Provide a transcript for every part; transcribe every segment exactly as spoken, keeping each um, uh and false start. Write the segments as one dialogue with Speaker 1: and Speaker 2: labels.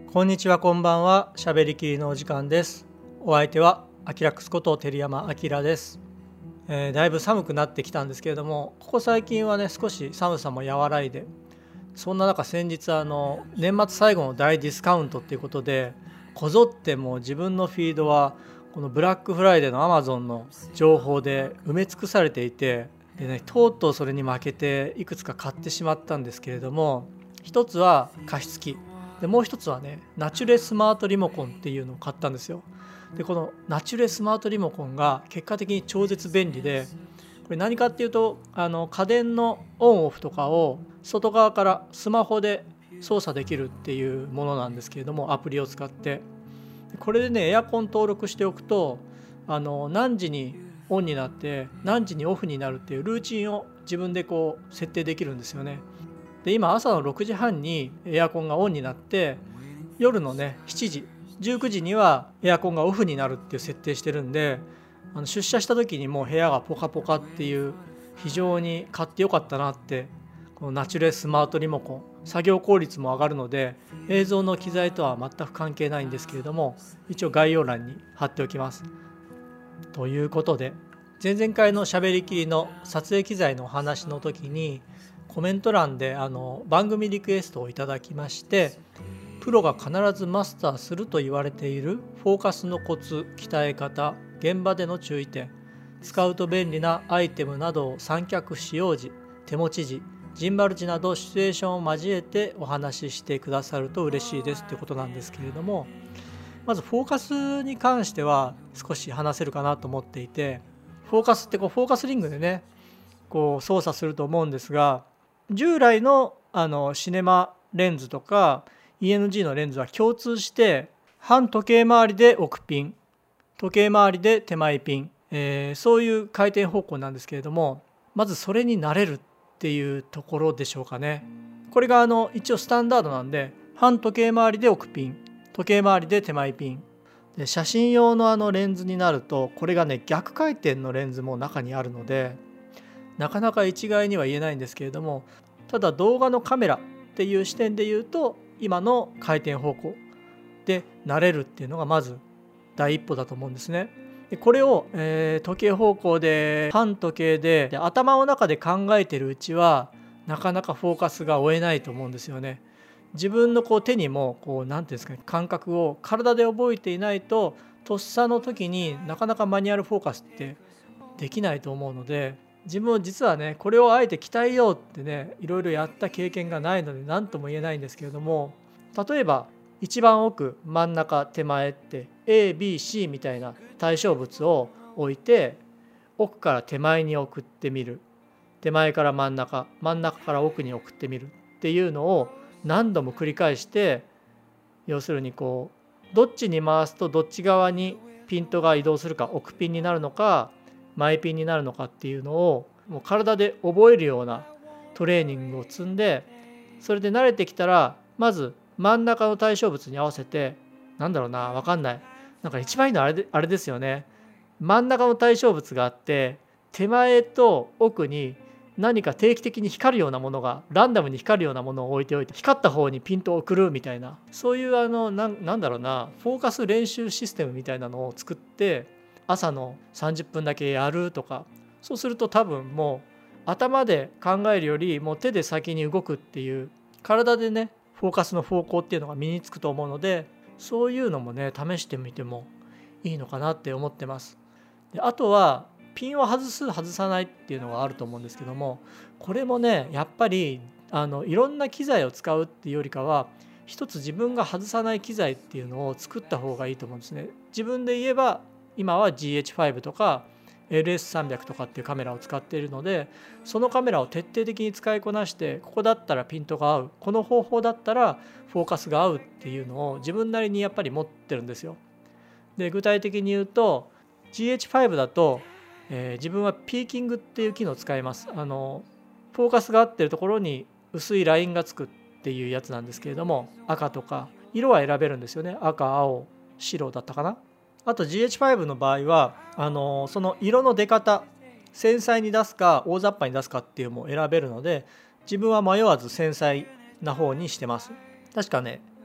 Speaker 1: こんにちは、こんばんは。しゃべりきりのお時間です。お相手はアキラックスこと照山明です、えー、だいぶ寒くなってきたんですけれども、ここ最近はね少し寒さも和らいで、そんな中先日あの年末最後の大ディスカウントっていうことで、こぞってもう自分のフィードはこのブラックフライデーのアマゾンの情報で埋め尽くされていて、でね、とうとうそれに負けていくつか買ってしまったんですけれども、一つは加湿器で、もう一つはねナチュレスマートリモコンっていうのを買ったんですよ。でこのナチュレスマートリモコンが結果的に超絶便利で、これ何かっていうと、あの家電のオンオフとかを外側からスマホで操作できるっていうものなんですけれども、アプリを使って、これでねエアコン登録しておくと、あの何時にオンになって何時にオフになるっていうルーチンを自分でこう設定できるんですよね。で今朝のろくじはんにエアコンがオンになって、夜のねしちじじゅうくじにはエアコンがオフになるっていう設定してるんで、あの出社した時にもう部屋がポカポカっていう、非常に買ってよかったなって。このナチュレスマートリモコン、作業効率も上がるので、映像の機材とは全く関係ないんですけれども、一応概要欄に貼っておきます。ということで、前々回のしゃべりきりの撮影機材のお話の時にコメント欄であの番組リクエストをいただきまして、プロが必ずマスターすると言われているフォーカスのコツ、鍛え方、現場での注意点、使うと便利なアイテムなどを三脚使用時、手持ち時、ジンバル時などシチュエーションを交えてお話ししてくださると嬉しいですということなんですけれども、まずフォーカスに関しては少し話せるかなと思っていて、フォーカスってこうフォーカスリングでねこう操作すると思うんですが、従来のあのシネマレンズとか イーエヌジー のレンズは共通して反時計回りで奥ピン、時計回りで手前ピン、えー、そういう回転方向なんですけれども、まずそれに慣れるっていうところでしょうかね。これがあの一応スタンダードなんで、反時計回りで奥ピン、時計回りで手前ピンで、写真用のあのレンズになるとこれがね逆回転のレンズも中にあるので、なかなか一概には言えないんですけれども、ただ動画のカメラっていう視点で言うと今の回転方向で慣れるっていうのがまず第一歩だと思うんですね。でこれを、えー、時計方向で反時計 で, で頭の中で考えてるうちはなかなかフォーカスが追えないと思うんですよね。自分のこう手にもこうなんていうんですかね、感覚を体で覚えていないと、とっさの時になかなかマニュアルフォーカスってできないと思うので、自分は実はねこれをあえて鍛えようってねいろいろやった経験がないので何とも言えないんですけれども、例えば一番奥、真ん中、手前って エービーシー みたいな対象物を置いて、奥から手前に送ってみる、手前から真ん中、真ん中から奥に送ってみるっていうのを何度も繰り返して、要するにこうどっちに回すとどっち側にピントが移動するか、奥ピンになるのか前ピンになるのかっていうのをもう体で覚えるようなトレーニングを積んで、それで慣れてきたらまず真ん中の対象物に合わせて、なんだろうな、分かんない、なんか一番いいのはあれで、あれですよね。真ん中の対象物があって、手前と奥に何か定期的に光るようなものが、ランダムに光るようなものを置いておいて、光った方にピントを送るみたいな、そういうあのな ん, なんだろうなフォーカス練習システムみたいなのを作って、朝のさんじゅっぷんだけやるとか、そうすると多分もう頭で考えるよりもう手で先に動くっていう、体でねフォーカスの方向っていうのが身につくと思うので、そういうのもね試してみてもいいのかなって思ってます。であとはピンを外す外さないっていうのがあると思うんですけども、これもねやっぱりあのいろんな機材を使うっていうよりかは、一つ自分が外さない機材っていうのを作った方がいいと思うんですね。自分で言えば今は ジーエイチファイブ とか エルエスさんびゃく とかっていうカメラを使っているので、そのカメラを徹底的に使いこなして、ここだったらピントが合う、この方法だったらフォーカスが合うっていうのを自分なりにやっぱり持ってるんですよ。で具体的に言うと ジーエイチファイブ だと、えー、自分はピーキングっていう機能を使います。あのフォーカスが合ってるところに薄いラインがつくっていうやつなんですけれども、赤とか色は選べるんですよね。赤、青、白だったかな。あと ジーエイチファイブ の場合はあのその色の出方、繊細に出すか大雑把に出すかっていうのも選べるので、自分は迷わず繊細な方にしてます。確かね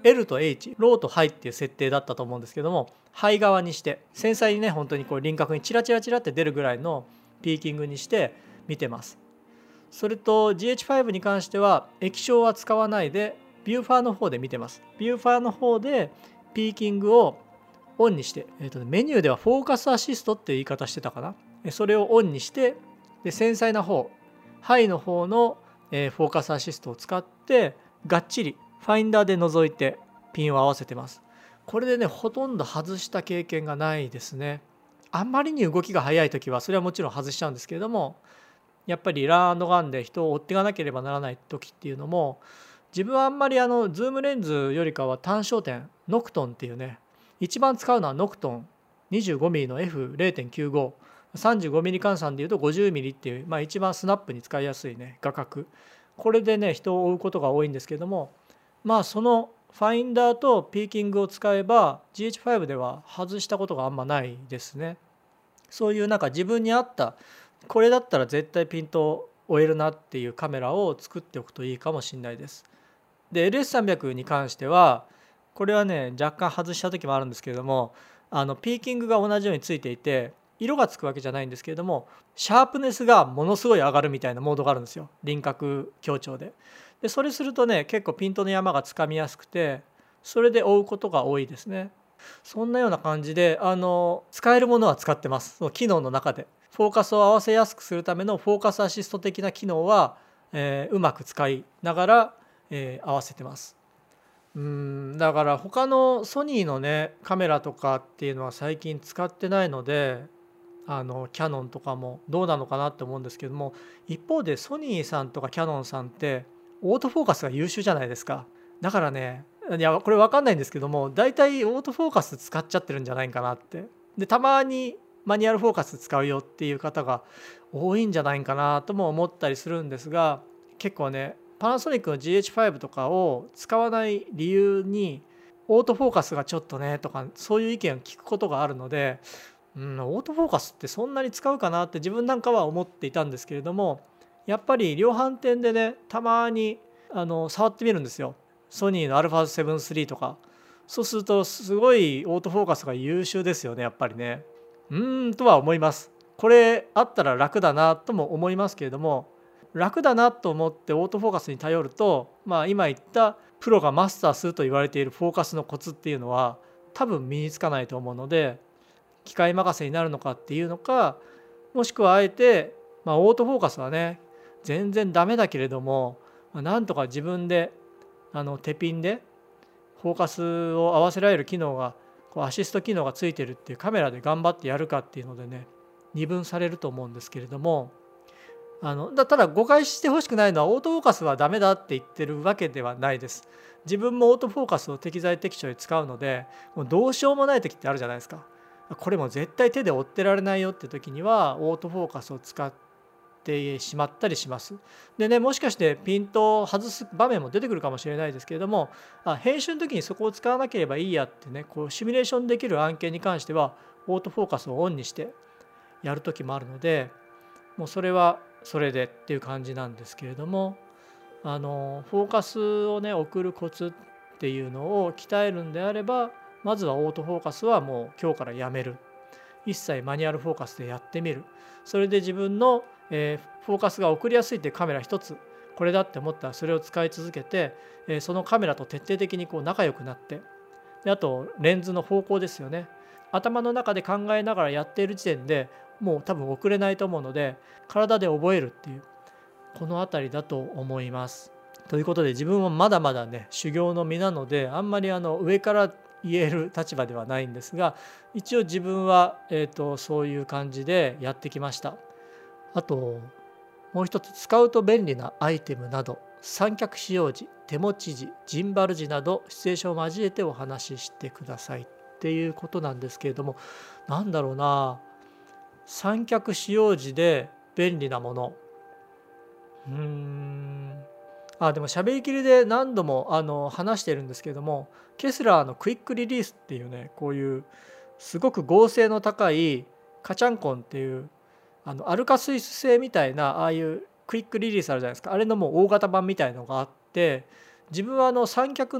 Speaker 1: L と H、ローとハイっていう設定だったと思うんですけども、ハイ側にして繊細にね本当にこう輪郭にチラチラチラって出るぐらいのピーキングにして見てます。それと ジーエイチファイブ に関しては液晶は使わないでビューファーの方で見てます。ビューファーの方でピーキングをオンにして、えーとね、メニューではフォーカスアシストっていう言い方してたかな。それをオンにして、で繊細な方、ハイの方の、えー、フォーカスアシストを使ってがっちりファインダーで覗いてピンを合わせてます。これでねほとんど外した経験がないですね。あんまりに動きが速い時はそれはもちろん外しちゃうんですけれども、やっぱりランガンで人を追っていかなければならない時っていうのも、自分はあんまりあのズームレンズよりかは単焦点ノクトンっていうね、一番使うのはノクトン にじゅうごミリ の エフゼロてんきゅうご、さんじゅうごミリ 換算でいうと ごじゅうミリ っていう、まあ、一番スナップに使いやすいね画角、これでね人を追うことが多いんですけれども、まあそのファインダーとピーキングを使えば ジーエイチファイブ では外したことがあんまないですね。そういうなんか自分に合ったこれだったら絶対ピント追えるなっていうカメラを作っておくといいかもしれないです。で エルエスさんびゃく に関してはこれはね若干外した時もあるんですけれども、あのピーキングが同じようについていて色がつくわけじゃないんですけれども、シャープネスがものすごい上がるみたいなモードがあるんですよ、輪郭強調で。でそれするとね結構ピントの山がつかみやすくて、それで追うことが多いですね。そんなような感じであの使えるものは使ってます。その機能の中でフォーカスを合わせやすくするためのフォーカスアシスト的な機能は、えーうまく使いながら、えー合わせてます。うんだから他のソニーのねカメラとかっていうのは最近使ってないので、あのキヤノンとかもどうなのかなって思うんですけども、一方でソニーさんとかキヤノンさんってオートフォーカスが優秀じゃないですか。だからね、いやこれ分かんないんですけども、大体オートフォーカス使っちゃってるんじゃないかなって。でたまにマニュアルフォーカス使うよっていう方が多いんじゃないかなとも思ったりするんですが、結構ねパナソニックの ジーエイチファイブ とかを使わない理由にオートフォーカスがちょっとねとかそういう意見を聞くことがあるので、うん、オートフォーカスってそんなに使うかなって自分なんかは思っていたんですけれども、やっぱり量販店でねたまにあの触ってみるんですよ。ソニーの アルファセブンスリー とか。そうするとすごいオートフォーカスが優秀ですよねやっぱりね。うーんとは思います。これあったら楽だなとも思いますけれども、楽だなと思ってオートフォーカスに頼ると、まあ、今言ったプロがマスターすると言われているフォーカスのコツっていうのは多分身につかないと思うので、機械任せになるのかっていうのか、もしくはあえて、まあ、オートフォーカスはね全然ダメだけれども、まあ、なんとか自分であの手ピンでフォーカスを合わせられる機能がこうアシスト機能がついてるっていうカメラで頑張ってやるかっていうのでね二分されると思うんですけれども、あのだただ誤解してほしくないのはオートフォーカスはダメだって言ってるわけではないです。自分もオートフォーカスを適材適所に使うので、もうどうしようもない時ってあるじゃないですか。これも絶対手で追ってられないよって時にはオートフォーカスを使ってしまったりします。でね、もしかしてピントを外す場面も出てくるかもしれないですけれども、あ編集の時にそこを使わなければいいやってねこうシミュレーションできる案件に関してはオートフォーカスをオンにしてやる時もあるので、もうそれはそれでっていう感じなんですけれども、あのフォーカスをね送るコツっていうのを鍛えるんであれば、まずはオートフォーカスはもう今日からやめる、一切マニュアルフォーカスでやってみる。それで自分の、えー、フォーカスが送りやすいっていうカメラ一つこれだって思ったらそれを使い続けて、えー、そのカメラと徹底的にこう仲良くなって、であとレンズの方向ですよね。頭の中で考えながらやっている時点でもう多分遅れないと思うので、体で覚えるっていうこの辺りだと思います。ということで自分はまだまだね修行の身なので、あんまりあの上から言える立場ではないんですが、一応自分は、えーと、そういう感じでやってきました。あともう一つ、使うと便利なアイテムなど、三脚使用時、手持ち時、ジンバル時などシチュエーションを交えてお話ししてくださいっていうことなんですけれども、なんだろうな、三脚使用時で便利なもの、うーんあでも喋りきりで何度もあの話してるんですけれども、ケスラーのクイックリリースっていうね、こういうすごく合成の高いカチャンコンっていうあのアルカスイス製みたいなああいうクイックリリースあるじゃないですか。あれのもう大型版みたいのがあって、自分はあの三脚の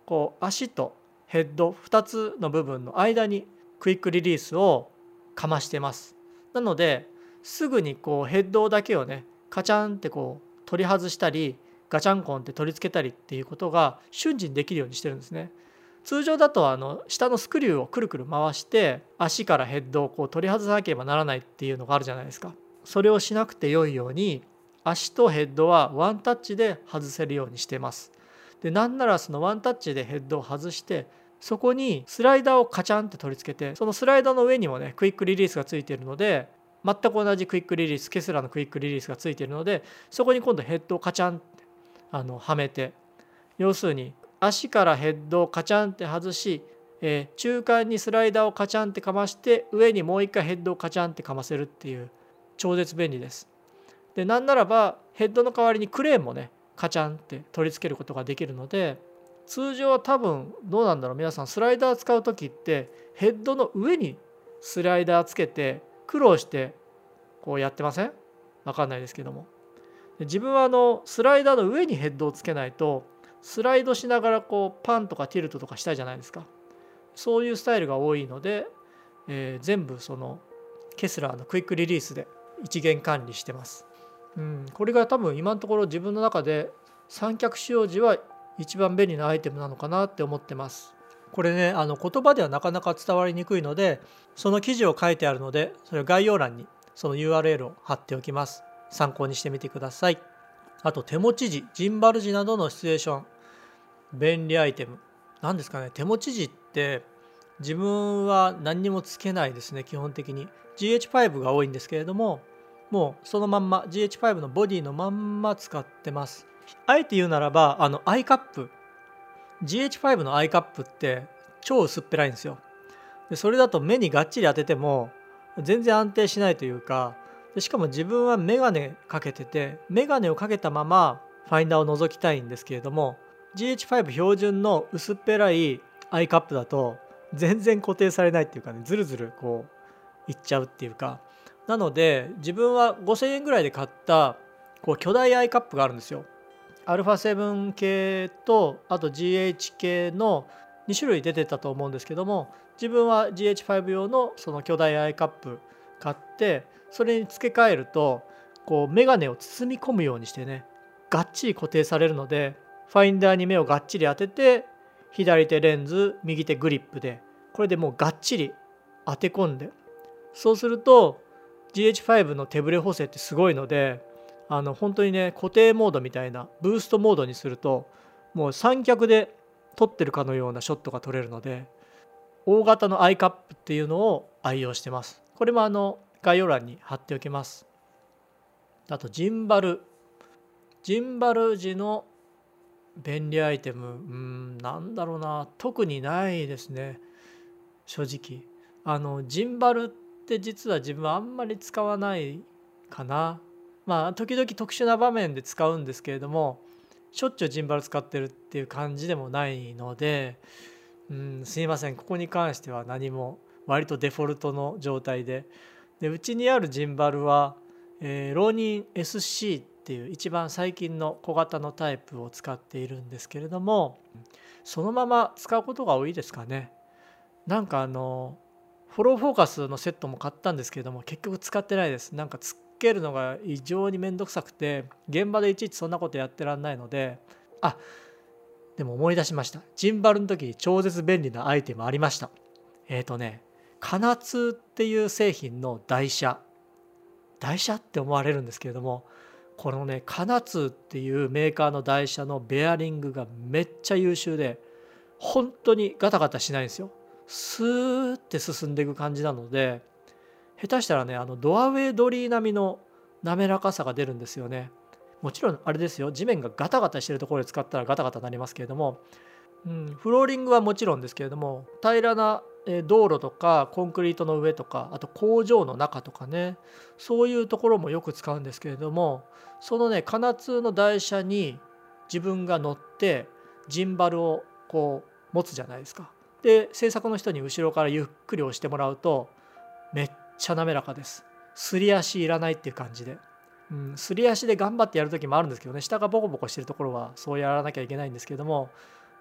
Speaker 1: こう足とヘッドふたつの部分の間にクイックリリースをかましてます。なのですぐにこうヘッドだけをねカチャンってこう取り外したりガチャンコンって取り付けたりっていうことが瞬時にできるようにしてるんですね。通常だとあの下のスクリューをくるくる回して足からヘッドをこう取り外さなければならないっていうのがあるじゃないですか。それをしなくてよいように足とヘッドはワンタッチで外せるようにしてます。でなんならそのワンタッチでヘッドを外してそこにスライダーをカチャンって取り付けてそのスライダーの上にもねクイックリリースがついているので全く同じクイックリリースケスラーのクイックリリースがついているのでそこに今度ヘッドをカチャンってあのはめて要するに足からヘッドをカチャンって外し、えー、中間にスライダーをカチャンってかまして上にもう一回ヘッドをカチャンってかませるっていう超絶便利です。でなんならばヘッドの代わりにクレーンもねカチャンって取り付けることができるので通常は多分どうなんだろう皆さんスライダー使う時ってヘッドの上にスライダーつけて苦労してこうやってません？分かんないですけどもで自分はあのスライダーの上にヘッドをつけないとスライドしながらこうパンとかティルトとかしたいじゃないですか。そういうスタイルが多いので、えー、全部そのケスラーのクイックリリースで一元管理してます。うん、これが多分今のところ自分の中で三脚使用時は一番便利なアイテムなのかなって思ってます。これねあの言葉ではなかなか伝わりにくいのでその記事を書いてあるのでそれを概要欄にその ユーアールエル を貼っておきます。参考にしてみてください。あと手持ち時ジンバル時などのシチュエーション便利アイテムなんですかね。手持ち時って自分は何にもつけないですね。基本的に ジーエイチファイブ が多いんですけれどももうそのまんま ジーエイチファイブ のボディのまんま使ってます。あえて言うならばあのアイカップ ジーエイチファイブ のアイカップって超薄っぺらいんですよ。でそれだと目にがっちり当てても全然安定しないというかでしかも自分はメガネかけててメガネをかけたままファインダーを覗きたいんですけれども ジーエイチファイブ 標準の薄っぺらいアイカップだと全然固定されないっていうかねずるずるこういっちゃうっていうかなので自分はごせんえんぐらいで買ったこう巨大アイカップがあるんですよ。アルファセブン系とあと ジーエイチ 系のに種類出てたと思うんですけども自分は ジーエイチファイブ 用のその巨大アイカップ買ってそれに付け替えるとこうメガネを包み込むようにしてねがっちり固定されるのでファインダーに目をがっちり当てて左手レンズ右手グリップでこれでもうがっちり当て込んでそうすると ジーエイチファイブ の手ブレ補正ってすごいのであの本当にね固定モードみたいなブーストモードにするともう三脚で撮ってるかのようなショットが撮れるので大型のアイカップっていうのを愛用してます。これもあの概要欄に貼っておきます。あとジンバルジンバル時の便利アイテムうんなんだろうな特にないですね正直。あのジンバルって実は自分はあんまり使わないかな。まあ時々特殊な場面で使うんですけれどもしょっちゅうジンバル使ってるっていう感じでもないのでうんすいませんここに関しては何も割とデフォルトの状態ででうちにあるジンバルは、えー、ローニン エスシー っていう一番最近の小型のタイプを使っているんですけれどもそのまま使うことが多いですかね。なんかあのフォローフォーカスのセットも買ったんですけれども結局使ってないです。なんかつけるのが異常にめんどくさくて現場でいちいちそんなことやってらんないのであでも思い出しました。ジンバルの時に超絶便利なアイテムありました。えっとねカナツっていう製品の台車台車って思われるんですけれどもこのねカナツっていうメーカーの台車のベアリングがめっちゃ優秀で本当にガタガタしないんですよ。スーって進んでいく感じなので下手したらねあのドアウェイドリー並みの滑らかさが出るんですよね。もちろんあれですよ地面がガタガタしてるところで使ったらガタガタになりますけれども、うん、フローリングはもちろんですけれども平らな道路とかコンクリートの上とかあと工場の中とかねそういうところもよく使うんですけれどもそのねカナツの台車に自分が乗ってジンバルをこう持つじゃないですか。で制作の人に後ろからゆっくり押してもらうとめっちゃ滑らかです。すり足いらないっていう感じで、うん、すり足で頑張ってやる時もあるんですけどね下がボコボコしてるところはそうやらなきゃいけないんですけども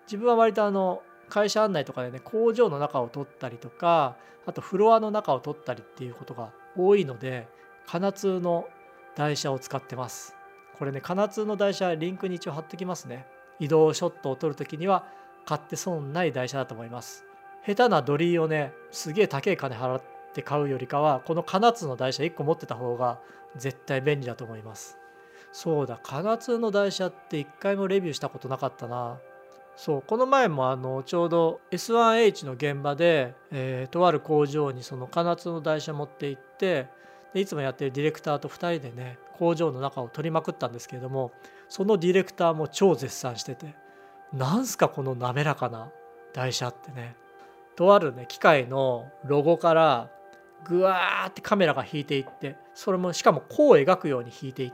Speaker 1: 自分は割とあの会社案内とかでね、工場の中を撮ったりとか、あとフロアの中を撮ったりっていうことが多いので、カナツーの台車を使ってます。これね、カナツーの台車リンクに一応貼ってきますね。移動ショットを撮るときには買って損ない台車だと思います。下手なドリーをね、すげえ高い金払って買うよりかは、このカナツーの台車いっこ持ってた方が絶対便利だと思います。そうだ、カナツーの台車っていっかいもレビューしたことなかったな。そう、この前もあのちょうど エスワンエイチ の現場で、えーとある工場にそのカナツーの台車持って行って、でいつもやってるディレクターとふたりでね、工場の中を撮りまくったんですけれども、そのディレクターも超絶賛してて、なんすかこの滑らかな台車ってね。とあるね機械のロゴからぐわーってカメラが引いていって、それもしかも弧を描くように引いていって、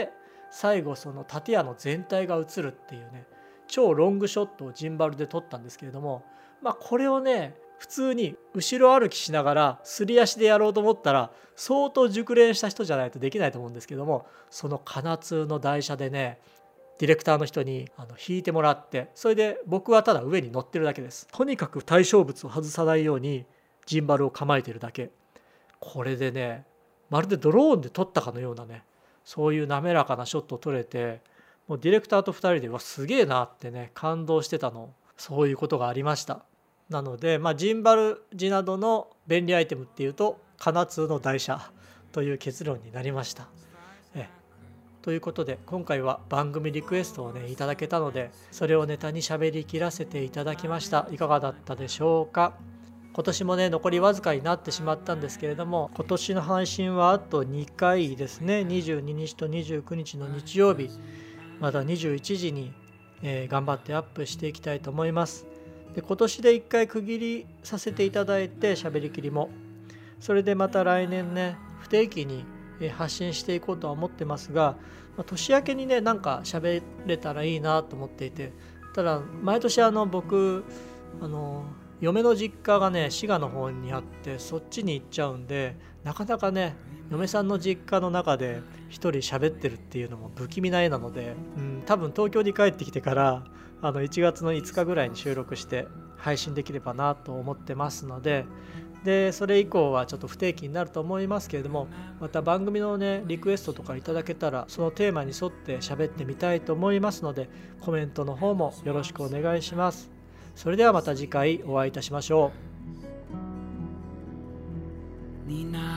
Speaker 1: 最後その建屋の全体が映るっていうね、超ロングショットをジンバルで撮ったんですけれども、まあこれをね普通に後ろ歩きしながらすり足でやろうと思ったら相当熟練した人じゃないとできないと思うんですけども、そのカナツーの台車でね、ディレクターの人にあの引いてもらって、それで僕はただ上に乗ってるだけです。とにかく対象物を外さないようにジンバルを構えてるだけ。これでね、まるでドローンで撮ったかのようなね、そういう滑らかなショットを撮れて、もうディレクターとふたりでわすげえなってね感動してたの、そういうことがありました。なので、まあ、ジンバル時などの便利アイテムっていうとカナツーの台車という結論になりました。えということで今回は番組リクエストをねいただけたので、それをネタに喋り切らせていただきました。いかがだったでしょうか。今年もね残りわずかになってしまったんですけれども、今年の配信はあとにかいですね。にじゅうににちとにじゅうくにちの日曜日、まだにじゅういちじに、えー、頑張ってアップしていきたいと思います。で今年でいっかい区切りさせていただいて、喋りきりもそれでまた来年ね不定期に発信していこうとは思ってますが、まあ、年明けにねなんか喋れたらいいなと思っていて、ただ毎年あの僕あの嫁の実家がね滋賀の方にあって、そっちに行っちゃうんで、なかなかね嫁さんの実家の中で一人喋ってるっていうのも不気味な絵なので、うん、多分東京に帰ってきてからあのいちがつのいつかぐらいに収録して配信できればなと思ってますので、でそれ以降はちょっと不定期になると思いますけれども、また番組のねリクエストとかいただけたらそのテーマに沿って喋ってみたいと思いますので、コメントの方もよろしくお願いします。それではまた次回お会いいたしましょう。